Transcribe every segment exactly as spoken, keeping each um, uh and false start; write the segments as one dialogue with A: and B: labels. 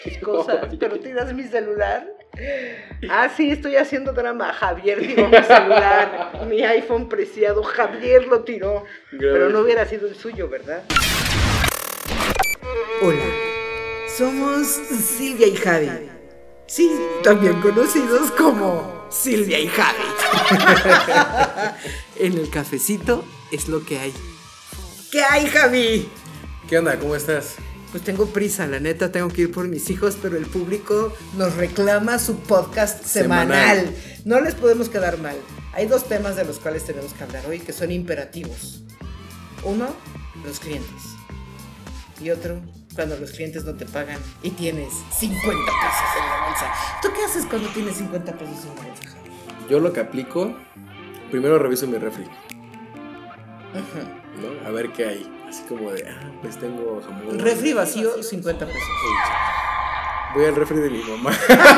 A: Cosa, pero tiras mi celular. Ah, sí, estoy haciendo drama. Javier tiró mi celular, mi iPhone preciado. Javier lo tiró. Gracias. Pero no hubiera sido el suyo, ¿verdad? Hola, somos Silvia y Javi. Sí, también conocidos como Silvia y Javi. En el cafecito es lo que hay. ¿Qué hay, Javi?
B: ¿Qué onda? ¿Cómo estás?
A: Pues tengo prisa, la neta, tengo que ir por mis hijos, pero el público nos reclama su podcast semanal. semanal. No les podemos quedar mal. Hay dos temas de los cuales tenemos que hablar hoy que son imperativos. Uno, los clientes. Y otro, cuando los clientes no te pagan y tienes cincuenta pesos en la bolsa. ¿Tú qué haces cuando tienes cincuenta pesos en la bolsa, Javi?
B: Yo lo que aplico, primero reviso mi refri.
A: Uh-huh.
B: ¿No? A ver qué hay. Así como de, ah, pues tengo jamón.
A: Refri vacío, cincuenta pesos.
B: Voy al refri de mi mamá.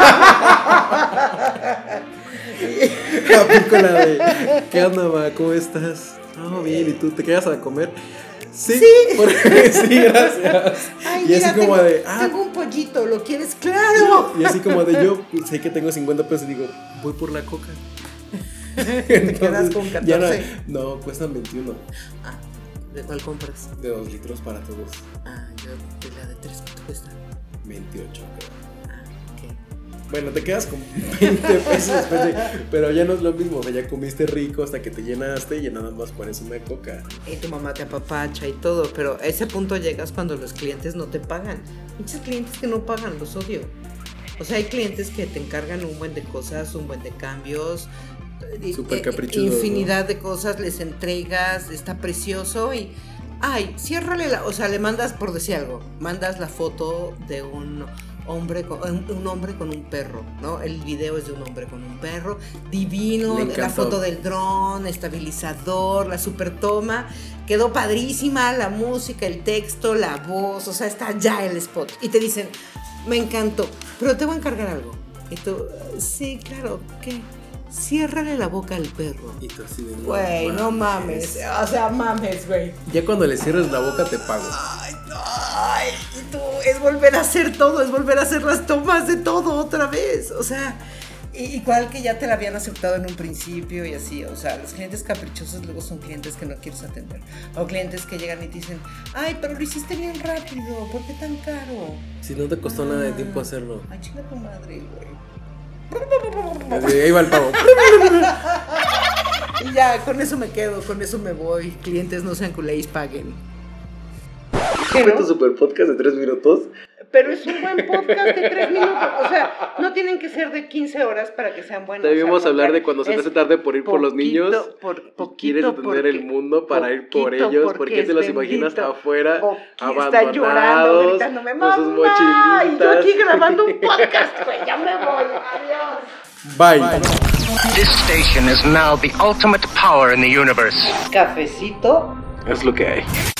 B: Aplico la de, ¿qué onda, ma? ¿Cómo estás? Oh, bien, ¿y tú te quedas a comer? Sí,
A: sí,
B: porque, sí, gracias.
A: Ay,
B: y
A: mira,
B: así como
A: tengo,
B: de, ah,
A: tengo un pollito, ¿lo quieres? ¡Claro!
B: Y así como de, yo sé que tengo cincuenta pesos y digo, voy por la coca.
A: Te quedas con catorce.
B: Ya no, no, cuestan veintiuno.
A: Ah, ¿de cuál compras?
B: De dos litros para todos.
A: Ah, yo de la de tres, ¿cuánto cuesta?
B: veintiocho, creo.
A: Ah, ok.
B: Bueno, te quedas con veinte pesos después de, pero ya no es lo mismo, o sea, ya comiste rico hasta que te llenaste y ya nada más pones una coca.
A: Y tu mamá te apapacha y todo, pero a ese punto llegas cuando los clientes no te pagan. Muchos clientes que no pagan, los odio. O sea, hay clientes que te encargan un buen de cosas, un buen de cambios,
B: súper caprichosos,
A: infinidad
B: ¿no?
A: de cosas, les entregas, está precioso y ay, ciérrale la, o sea, le mandas, por decir algo, mandas la foto de un hombre con, un hombre con un perro, ¿no? El video es de un hombre con un perro, divino, la foto del dron, estabilizador, la super toma, quedó padrísima, la música, el texto, la voz, o sea, está ya el spot. Y te dicen, me encantó, pero te voy a encargar algo. Y tú, sí, claro, ¿qué? Ciérrale la boca al perro.
B: Y tú así de, no,
A: güey, no mames. O sea, mames, güey.
B: Ya cuando le cierres la boca te pago.
A: Ay, no, ay, y tú, es volver a hacer todo, es volver a hacer las tomas de todo otra vez. O sea, igual que ya te la habían aceptado en un principio y así. O sea, los clientes caprichosos luego son clientes que no quieres atender. O clientes que llegan y te dicen, ay, pero lo hiciste bien rápido, ¿por qué tan caro?
B: Si no te costó ah, nada de tiempo hacerlo.
A: Ay, chinga tu madre, güey.
B: Ahí va el pavo.
A: Y ya, con eso me quedo, con eso me voy. Clientes, no sean culés, paguen.
B: ¿Qué fue tu super podcast de tres minutos?
A: Pero es un buen podcast de tres minutos. O sea, no tienen que ser de quince horas para que sean buenos.
B: Debimos
A: o sea,
B: hablar de cuando se te hace tarde por ir
A: poquito,
B: por los niños.
A: Por poquito,
B: quieres entender el mundo para ir por ellos. ¿Por qué te los imaginas afuera, abandonados?
A: Están llorando, gritándome,
B: con sus
A: mamá.
B: mochilitas.
A: Y yo aquí grabando un podcast, güey. Ya me voy. Adiós.
B: Bye.
C: This station is now the ultimate power in the universe.
A: Cafecito
B: es lo que hay.